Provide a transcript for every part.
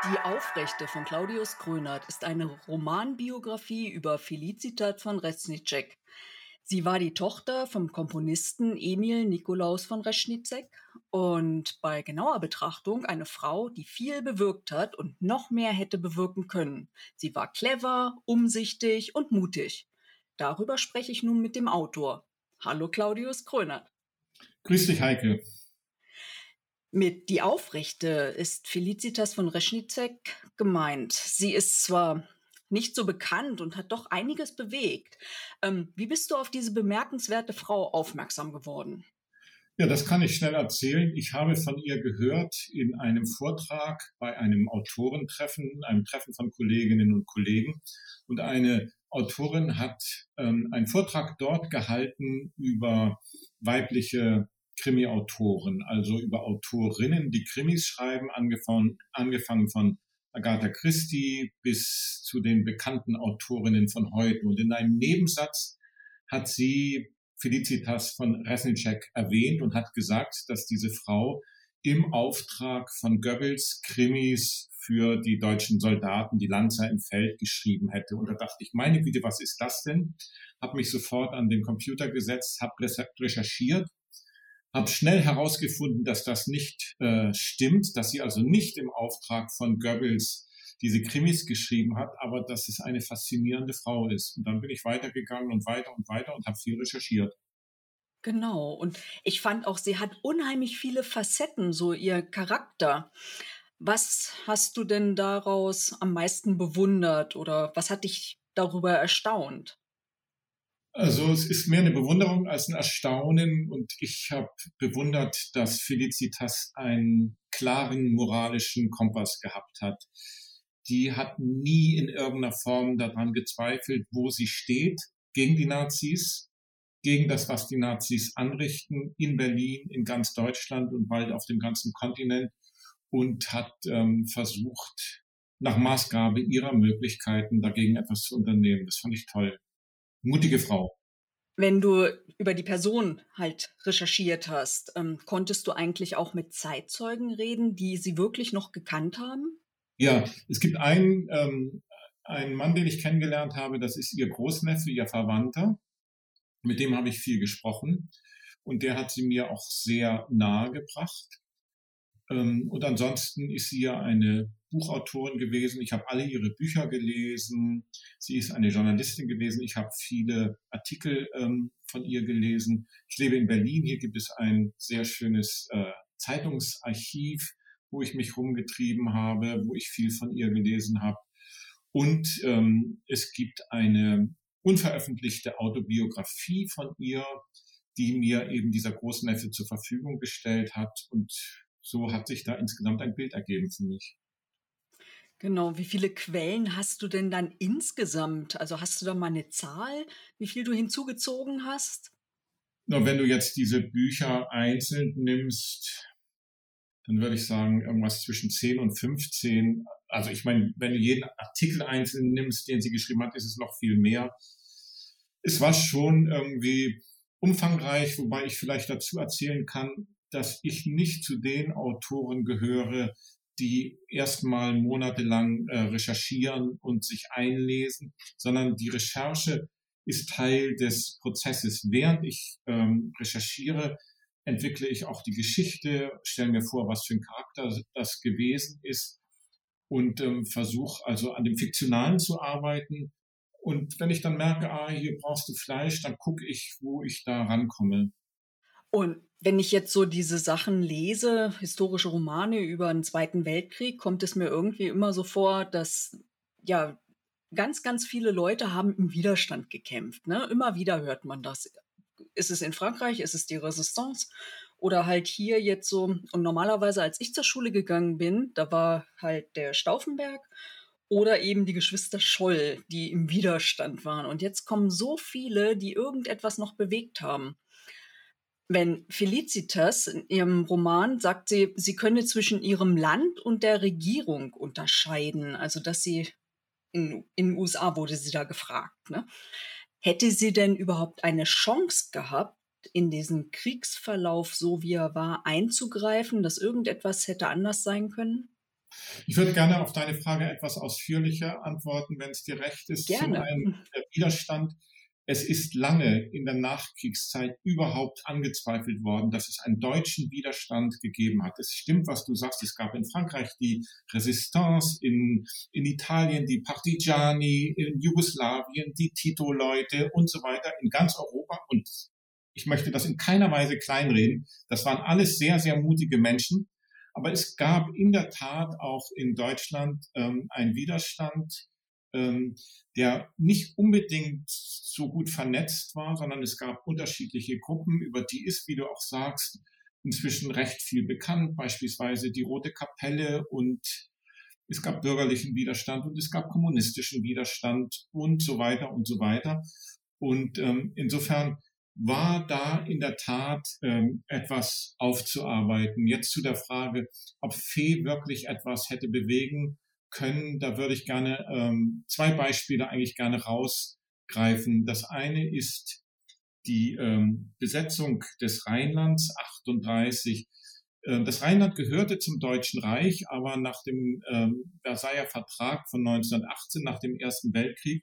Die Aufrechte von Claudius Grönert ist eine Romanbiografie über Felicitas von Reznicek. Sie war die Tochter vom Komponisten Emil Nikolaus von Reznicek und bei genauer Betrachtung eine Frau, die viel bewirkt hat und noch mehr hätte bewirken können. Sie war clever, umsichtig und mutig. Darüber spreche ich nun mit dem Autor. Hallo Claudius Grönert. Grüß dich, Heike. Mit Die Aufrechte ist Felicitas von Reznicek gemeint. Sie ist zwar nicht so bekannt und hat doch einiges bewegt. Wie bist du auf diese bemerkenswerte Frau aufmerksam geworden? Ja, das kann ich schnell erzählen. Ich habe von ihr gehört in einem Vortrag bei einem Autorentreffen, einem Treffen von Kolleginnen und Kollegen. Und eine Autorin hat einen Vortrag dort gehalten über weibliche Krimi-Autoren, also über Autorinnen, die Krimis schreiben, angefangen von Agatha Christie bis zu den bekannten Autorinnen von heute. Und in einem Nebensatz hat sie Felicitas von Reznicek erwähnt und hat gesagt, dass diese Frau im Auftrag von Goebbels Krimis für die deutschen Soldaten, die Lanzer im Feld, geschrieben hätte. Und da dachte ich, meine Güte, was ist das denn? Habe mich sofort an den Computer gesetzt, habe recherchiert, habe schnell herausgefunden, dass das nicht stimmt, dass sie also nicht im Auftrag von Goebbels diese Krimis geschrieben hat, aber dass es eine faszinierende Frau ist. Und dann bin ich weitergegangen und weiter und habe viel recherchiert. Genau. Und ich fand auch, sie hat unheimlich viele Facetten, so ihr Charakter. Was hast du denn daraus am meisten bewundert oder was hat dich darüber erstaunt? Also es ist mehr eine Bewunderung als ein Erstaunen und ich habe bewundert, dass Felicitas einen klaren moralischen Kompass gehabt hat. Die hat nie in irgendeiner Form daran gezweifelt, wo sie steht, gegen die Nazis, gegen das, was die Nazis anrichten, in Berlin, in ganz Deutschland und bald auf dem ganzen Kontinent und hat versucht, nach Maßgabe ihrer Möglichkeiten dagegen etwas zu unternehmen. Das fand ich toll. Mutige Frau. Wenn du über die Person halt recherchiert hast, konntest du eigentlich auch mit Zeitzeugen reden, die sie wirklich noch gekannt haben? Ja, es gibt einen Mann, den ich kennengelernt habe, das ist ihr Großneffe, ihr Verwandter. Mit dem habe ich viel gesprochen und der hat sie mir auch sehr nahe gebracht. Und ansonsten ist sie ja eine Buchautorin gewesen. Ich habe alle ihre Bücher gelesen. Sie ist eine Journalistin gewesen. Ich habe viele Artikel von ihr gelesen. Ich lebe in Berlin. Hier gibt es ein sehr schönes Zeitungsarchiv, wo ich mich rumgetrieben habe, wo ich viel von ihr gelesen habe. Und es gibt eine unveröffentlichte Autobiografie von ihr, die mir eben dieser Großneffe zur Verfügung gestellt hat. Und so hat sich da insgesamt ein Bild ergeben für mich. Genau, wie viele Quellen hast du denn dann insgesamt? Also, hast du da mal eine Zahl, wie viel du hinzugezogen hast? Nur wenn du jetzt diese Bücher einzeln nimmst, dann würde ich sagen, irgendwas zwischen 10 und 15. Also ich meine, wenn du jeden Artikel einzeln nimmst, den sie geschrieben hat, ist es noch viel mehr. Es war schon irgendwie umfangreich, wobei ich vielleicht dazu erzählen kann, dass ich nicht zu den Autoren gehöre, die erstmal monatelang recherchieren und sich einlesen, sondern die Recherche ist Teil des Prozesses. Während ich recherchiere, entwickle ich auch die Geschichte, stelle mir vor, was für ein Charakter das gewesen ist und versuche also an dem Fiktionalen zu arbeiten. Und wenn ich dann merke, hier brauchst du Fleisch, dann gucke ich, wo ich da rankomme. Und wenn ich jetzt so diese Sachen lese, historische Romane über 'n Zweiten Weltkrieg, kommt es mir irgendwie immer so vor, dass, ja, ganz, ganz viele Leute haben im Widerstand gekämpft, ne? Immer wieder hört man das. Ist es in Frankreich, ist es die Resistance oder halt hier jetzt so und normalerweise, als ich zur Schule gegangen bin, da war halt der Stauffenberg oder eben die Geschwister Scholl, die im Widerstand waren. Und jetzt kommen so viele, die irgendetwas noch bewegt haben. Wenn Felicitas in ihrem Roman sagt sie, sie könne zwischen ihrem Land und der Regierung unterscheiden, also dass sie in den USA wurde sie da gefragt, ne? Hätte sie denn überhaupt eine Chance gehabt, in diesen Kriegsverlauf, so wie er war, einzugreifen, dass irgendetwas hätte anders sein können? Ich würde gerne auf deine Frage etwas ausführlicher antworten, wenn es dir recht ist. Zum Gerne. einen der Widerstand. Es ist lange in der Nachkriegszeit überhaupt angezweifelt worden, dass es einen deutschen Widerstand gegeben hat. Es stimmt, was du sagst. Es gab in Frankreich die Resistance, in Italien die Partigiani, in Jugoslawien die Tito-Leute und so weiter, in ganz Europa. Und ich möchte das in keiner Weise kleinreden. Das waren alles sehr, sehr mutige Menschen. Aber es gab in der Tat auch in Deutschland einen Widerstand, der nicht unbedingt so gut vernetzt war, sondern es gab unterschiedliche Gruppen, über die ist, wie du auch sagst, inzwischen recht viel bekannt, beispielsweise die Rote Kapelle, und es gab bürgerlichen Widerstand und es gab kommunistischen Widerstand und so weiter und so weiter. Und insofern war da in der Tat etwas aufzuarbeiten. Jetzt zu der Frage, ob Fee wirklich etwas hätte bewegen können. Da würde ich gerne zwei Beispiele eigentlich gerne rausgreifen. Das eine ist die Besetzung des Rheinlands 38. Das Rheinland gehörte zum Deutschen Reich, aber nach dem Versailler Vertrag von 1918, nach dem Ersten Weltkrieg,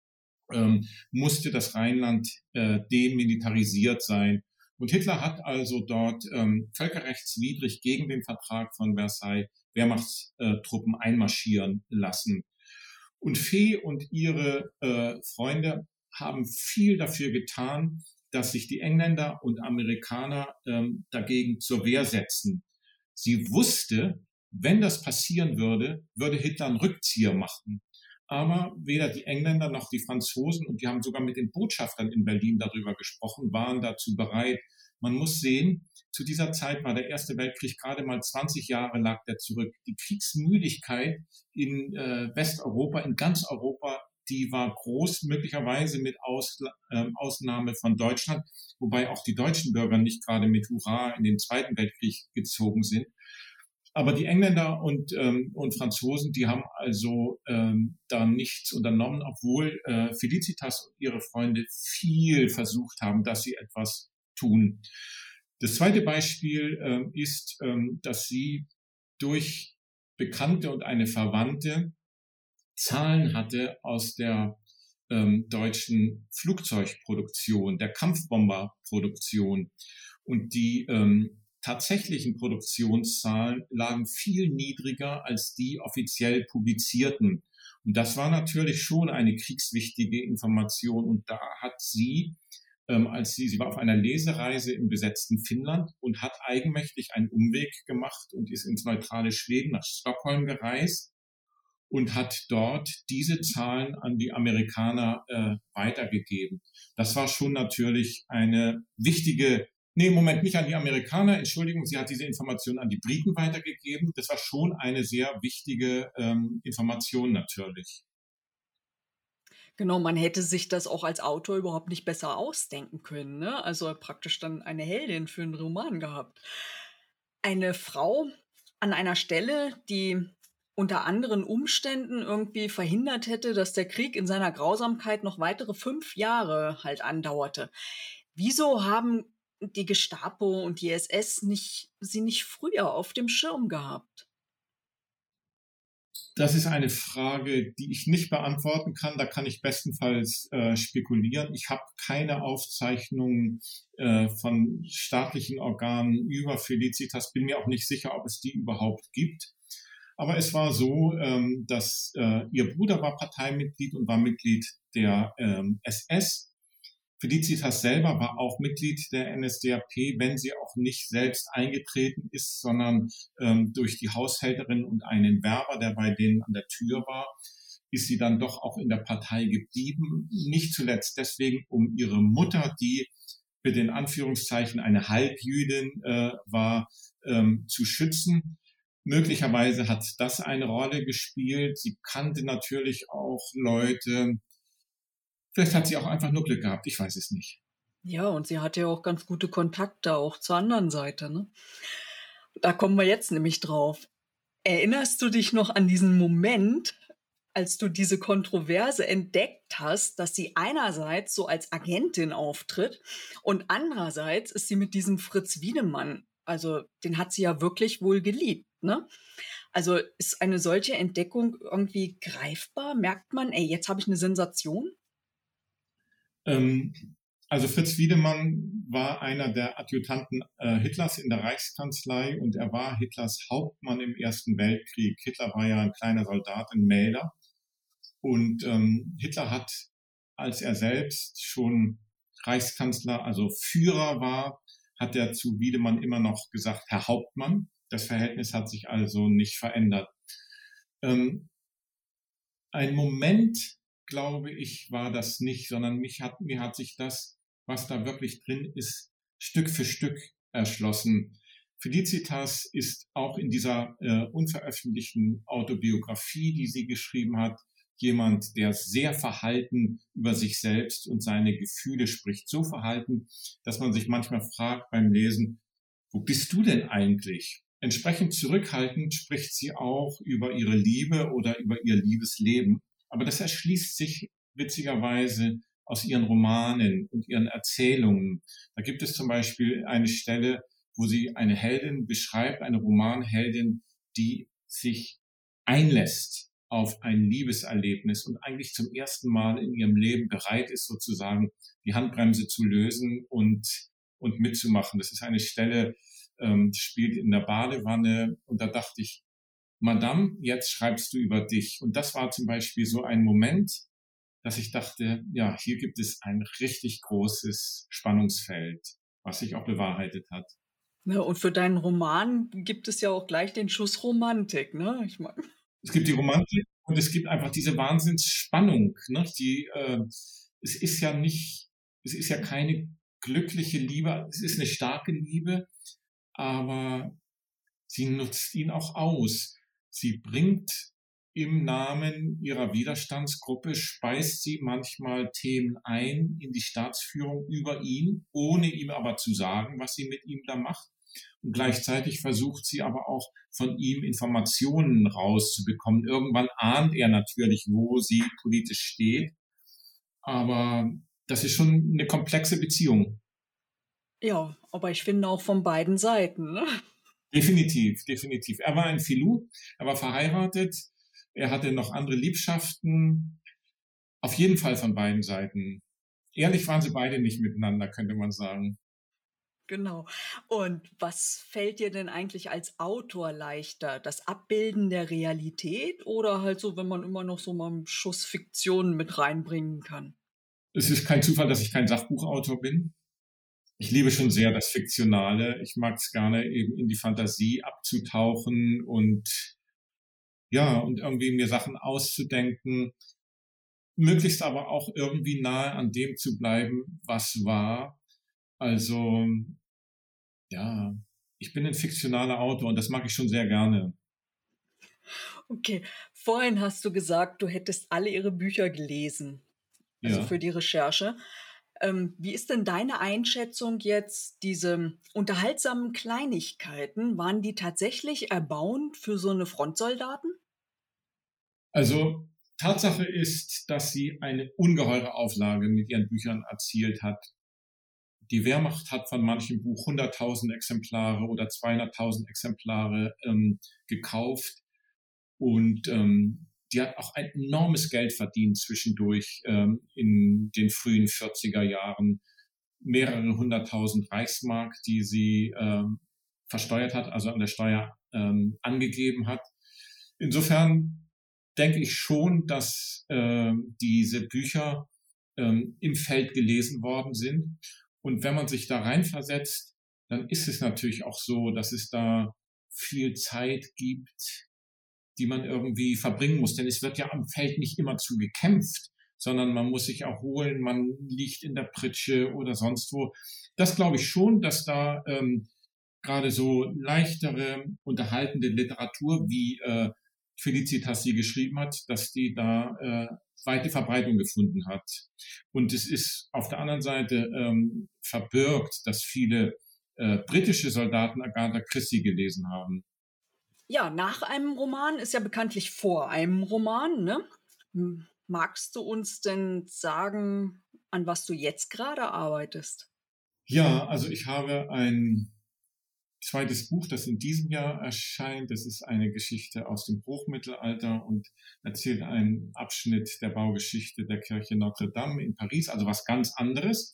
musste das Rheinland demilitarisiert sein. Und Hitler hat also dort völkerrechtswidrig gegen den Vertrag von Versailles Wehrmachtstruppen einmarschieren lassen. Und Fee und ihre Freunde haben viel dafür getan, dass sich die Engländer und Amerikaner dagegen zur Wehr setzen. Sie wusste, wenn das passieren würde, würde Hitler einen Rückzieher machen. Aber weder die Engländer noch die Franzosen, und die haben sogar mit den Botschaftern in Berlin darüber gesprochen, waren dazu bereit. Man muss sehen, zu dieser Zeit war der Erste Weltkrieg gerade mal 20 Jahre lag der zurück. Die Kriegsmüdigkeit in Westeuropa, in ganz Europa, die war groß, möglicherweise mit Ausnahme von Deutschland, wobei auch die deutschen Bürger nicht gerade mit Hurra in den Zweiten Weltkrieg gezogen sind. Aber die Engländer und Franzosen, die haben also da nichts unternommen, obwohl Felicitas und ihre Freunde viel versucht haben, dass sie etwas tun. Das zweite Beispiel ist, dass sie durch Bekannte und eine Verwandte Zahlen hatte aus der deutschen Flugzeugproduktion, der Kampfbomberproduktion. Und die tatsächlichen Produktionszahlen lagen viel niedriger als die offiziell publizierten. Und das war natürlich schon eine kriegswichtige Information. Und da hat sie, sie war auf einer Lesereise im besetzten Finnland und hat eigenmächtig einen Umweg gemacht und ist ins neutrale Schweden nach Stockholm gereist und hat dort diese Zahlen an die Amerikaner weitergegeben. Das war schon natürlich eine wichtige, nicht an die Amerikaner, Entschuldigung, sie hat diese Information an die Briten weitergegeben. Das war schon eine sehr wichtige Information natürlich. Genau, man hätte sich das auch als Autor überhaupt nicht besser ausdenken können, ne? Also praktisch dann eine Heldin für einen Roman gehabt. Eine Frau an einer Stelle, die unter anderen Umständen irgendwie verhindert hätte, dass der Krieg in seiner Grausamkeit noch weitere 5 Jahre halt andauerte. Wieso haben die Gestapo und die SS sie nicht früher auf dem Schirm gehabt? Das ist eine Frage, die ich nicht beantworten kann. Da kann ich bestenfalls spekulieren. Ich habe keine Aufzeichnungen von staatlichen Organen über Felicitas, bin mir auch nicht sicher, ob es die überhaupt gibt. Aber es war so, dass ihr Bruder war Parteimitglied und war Mitglied der SS. Felicitas selber war auch Mitglied der NSDAP, wenn sie auch nicht selbst eingetreten ist, sondern durch die Haushälterin und einen Werber, der bei denen an der Tür war, ist sie dann doch auch in der Partei geblieben. Nicht zuletzt deswegen, um ihre Mutter, die mit den Anführungszeichen eine Halbjüdin war, zu schützen. Möglicherweise hat das eine Rolle gespielt. Sie kannte natürlich auch Leute. Vielleicht hat sie auch einfach nur Glück gehabt. Ich weiß es nicht. Ja, und sie hatte ja auch ganz gute Kontakte auch zur anderen Seite, ne? Da kommen wir jetzt nämlich drauf. Erinnerst du dich noch an diesen Moment, als du diese Kontroverse entdeckt hast, dass sie einerseits so als Agentin auftritt und andererseits ist sie mit diesem Fritz Wiedemann, also den hat sie ja wirklich wohl geliebt, ne? Also, ist eine solche Entdeckung irgendwie greifbar? Merkt man: „Ey, jetzt habe ich eine Sensation?“ Ähm, also Fritz Wiedemann war einer der Adjutanten Hitlers in der Reichskanzlei und er war Hitlers Hauptmann im Ersten Weltkrieg. Hitler war ja ein kleiner Soldat, ein Mähler. Und Hitler hat, als er selbst schon Reichskanzler, also Führer war, hat er zu Wiedemann immer noch gesagt, Herr Hauptmann. Das Verhältnis hat sich also nicht verändert. Ähm, ein Moment, glaube ich, war das nicht, sondern mir hat sich das, was da wirklich drin ist, Stück für Stück erschlossen. Felicitas ist auch in dieser unveröffentlichten Autobiografie, die sie geschrieben hat, jemand, der sehr verhalten über sich selbst und seine Gefühle spricht. So verhalten, dass man sich manchmal fragt beim Lesen, wo bist du denn eigentlich? Entsprechend zurückhaltend spricht sie auch über ihre Liebe oder über ihr Liebesleben. Aber das erschließt sich witzigerweise aus ihren Romanen und ihren Erzählungen. Da gibt es zum Beispiel eine Stelle, wo sie eine Heldin beschreibt, eine Romanheldin, die sich einlässt auf ein Liebeserlebnis und eigentlich zum ersten Mal in ihrem Leben bereit ist, sozusagen die Handbremse zu lösen und mitzumachen. Das ist eine Stelle, spielt in der Badewanne und da dachte ich, Madame, jetzt schreibst du über dich. Und das war zum Beispiel so ein Moment, dass ich dachte, ja, hier gibt es ein richtig großes Spannungsfeld, was sich auch bewahrheitet hat. Ne, und für deinen Roman gibt es ja auch gleich den Schuss Romantik, ne? Ich meine Es gibt die Romantik und es gibt einfach diese Wahnsinnsspannung, ne? Es ist ja nicht, es ist ja keine glückliche Liebe, es ist eine starke Liebe, aber sie nutzt ihn auch aus. Sie bringt im Namen ihrer Widerstandsgruppe, speist sie manchmal Themen ein in die Staatsführung über ihn, ohne ihm aber zu sagen, was sie mit ihm da macht. Und gleichzeitig versucht sie aber auch von ihm Informationen rauszubekommen. Irgendwann ahnt er natürlich, wo sie politisch steht. Aber das ist schon eine komplexe Beziehung. ja, aber ich finde auch von beiden Seiten, ne? Definitiv, definitiv. Er war ein Filou, er war verheiratet, er hatte noch andere Liebschaften. Auf jeden Fall von beiden Seiten. Ehrlich waren sie beide nicht miteinander, könnte man sagen. Genau. Und was fällt dir denn eigentlich als Autor leichter? Das Abbilden der Realität oder halt so, wenn man immer noch so mal 'n Schuss Fiktion mit reinbringen kann? Es ist kein Zufall, dass ich kein Sachbuchautor bin. Ich liebe schon sehr das Fiktionale. Ich mag es gerne, eben in die Fantasie abzutauchen und ja, und irgendwie mir Sachen auszudenken, möglichst aber auch irgendwie nahe an dem zu bleiben, was war. Also, ja, ich bin ein fiktionaler Autor und das mag ich schon sehr gerne. Okay, vorhin hast du gesagt, du hättest alle ihre Bücher gelesen, also Ja. für die Recherche. Wie ist denn deine Einschätzung jetzt, diese unterhaltsamen Kleinigkeiten, waren die tatsächlich erbauend für so 'ne Frontsoldaten? Also Tatsache ist, dass sie eine ungeheure Auflage mit ihren Büchern erzielt hat. Die Wehrmacht hat von manchem Buch 100.000 Exemplare oder 200.000 Exemplare gekauft und die hat auch ein enormes Geld verdient zwischendurch in den frühen 40er Jahren. Mehrere 100.000 Reichsmark, die sie versteuert hat, also an der Steuer angegeben hat. Insofern denke ich schon, dass diese Bücher im Feld gelesen worden sind. Und wenn man sich da reinversetzt, dann ist es natürlich auch so, dass es da viel Zeit gibt, die man irgendwie verbringen muss. Denn es wird ja am Feld nicht immer zu gekämpft, sondern man muss sich erholen, man liegt in der Pritsche oder sonst wo. Das glaube ich schon, dass da gerade so leichtere, unterhaltende Literatur, wie Felicitas sie geschrieben hat, dass die da weite Verbreitung gefunden hat. Und es ist auf der anderen Seite verbirgt, dass viele britische Soldaten Agatha Christie gelesen haben. Ja, nach einem Roman ist ja bekanntlich vor einem Roman, ne? Magst du uns denn sagen, an was du jetzt gerade arbeitest? Ja, also ich habe ein zweites Buch, das in diesem Jahr erscheint. Das ist eine Geschichte aus dem Hochmittelalter und erzählt einen Abschnitt der Baugeschichte der Kirche Notre Dame in Paris, also was ganz anderes.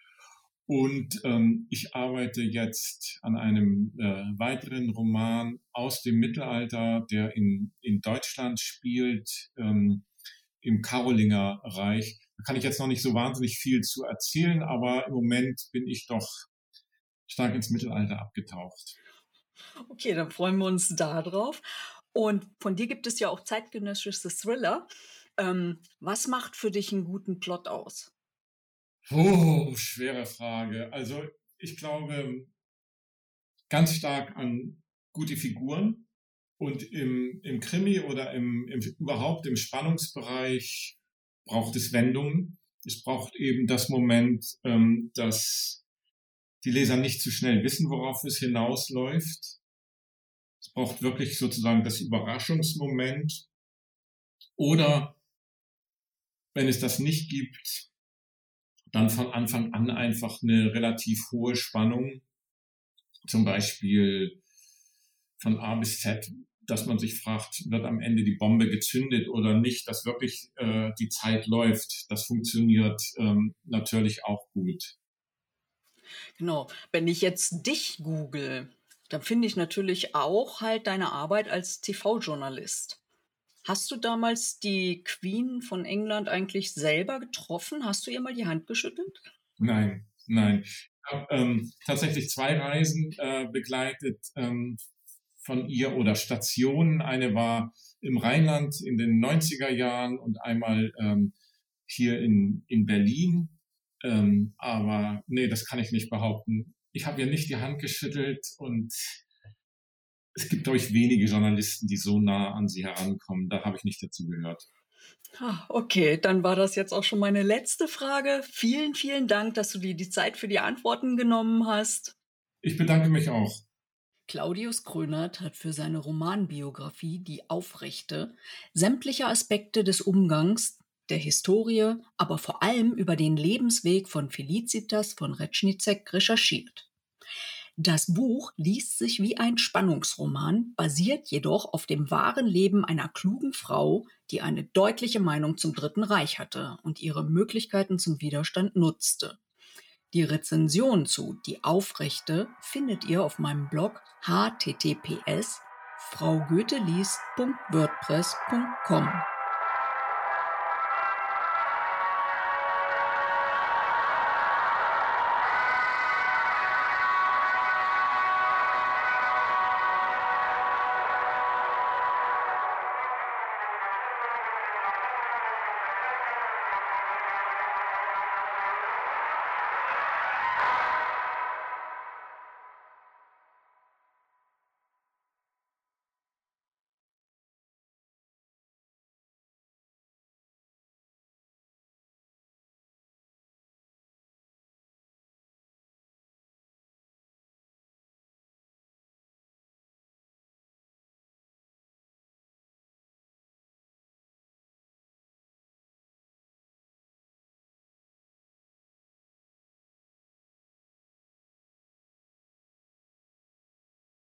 Und ich arbeite jetzt an einem weiteren Roman aus dem Mittelalter, der in Deutschland spielt, im Karolingerreich. Da kann ich jetzt noch nicht so wahnsinnig viel zu erzählen, aber im Moment bin ich doch stark ins Mittelalter abgetaucht. Okay, dann freuen wir uns da drauf. Und von dir gibt es ja auch zeitgenössische Thriller. Was macht für dich einen guten Plot aus? Oh, schwere Frage. Also ich glaube ganz stark an gute Figuren und im Krimi oder überhaupt im Spannungsbereich braucht es Wendungen. Es braucht eben das Moment, dass die Leser nicht zu schnell wissen, worauf es hinausläuft. Es braucht wirklich sozusagen das Überraschungsmoment. Oder wenn es das nicht gibt, dann von Anfang an einfach eine relativ hohe Spannung. Zum Beispiel von A bis Z, dass man sich fragt, wird am Ende die Bombe gezündet oder nicht, dass wirklich die Zeit läuft. Das funktioniert natürlich auch gut. Genau, wenn ich jetzt dich google, dann finde ich natürlich auch halt deine Arbeit als TV-Journalist. Hast du damals die Queen von England eigentlich selber getroffen? Hast du ihr mal die Hand geschüttelt? Nein, nein. Ich habe tatsächlich 2 Reisen begleitet von ihr oder Stationen. Eine war im Rheinland in den 90er Jahren und einmal hier in Berlin. Aber nee, das kann ich nicht behaupten. Ich habe ihr nicht die Hand geschüttelt und es gibt, glaube ich, wenige Journalisten, die so nah an sie herankommen. Da habe ich nicht dazu gehört. Okay, dann war das jetzt auch schon meine letzte Frage. Vielen, vielen Dank, dass du dir die Zeit für die Antworten genommen hast. Ich bedanke mich auch. Claudius Krönert hat für seine Romanbiografie Die Aufrechte sämtliche Aspekte des Umgangs, der Historie, aber vor allem über den Lebensweg von Felicitas von Retschnitzek recherchiert. Das Buch liest sich wie ein Spannungsroman, basiert jedoch auf dem wahren Leben einer klugen Frau, die eine deutliche Meinung zum Dritten Reich hatte und ihre Möglichkeiten zum Widerstand nutzte. Die Rezension zu Die Aufrechte findet ihr auf meinem Blog https://fraugoetheliest.wordpress.com.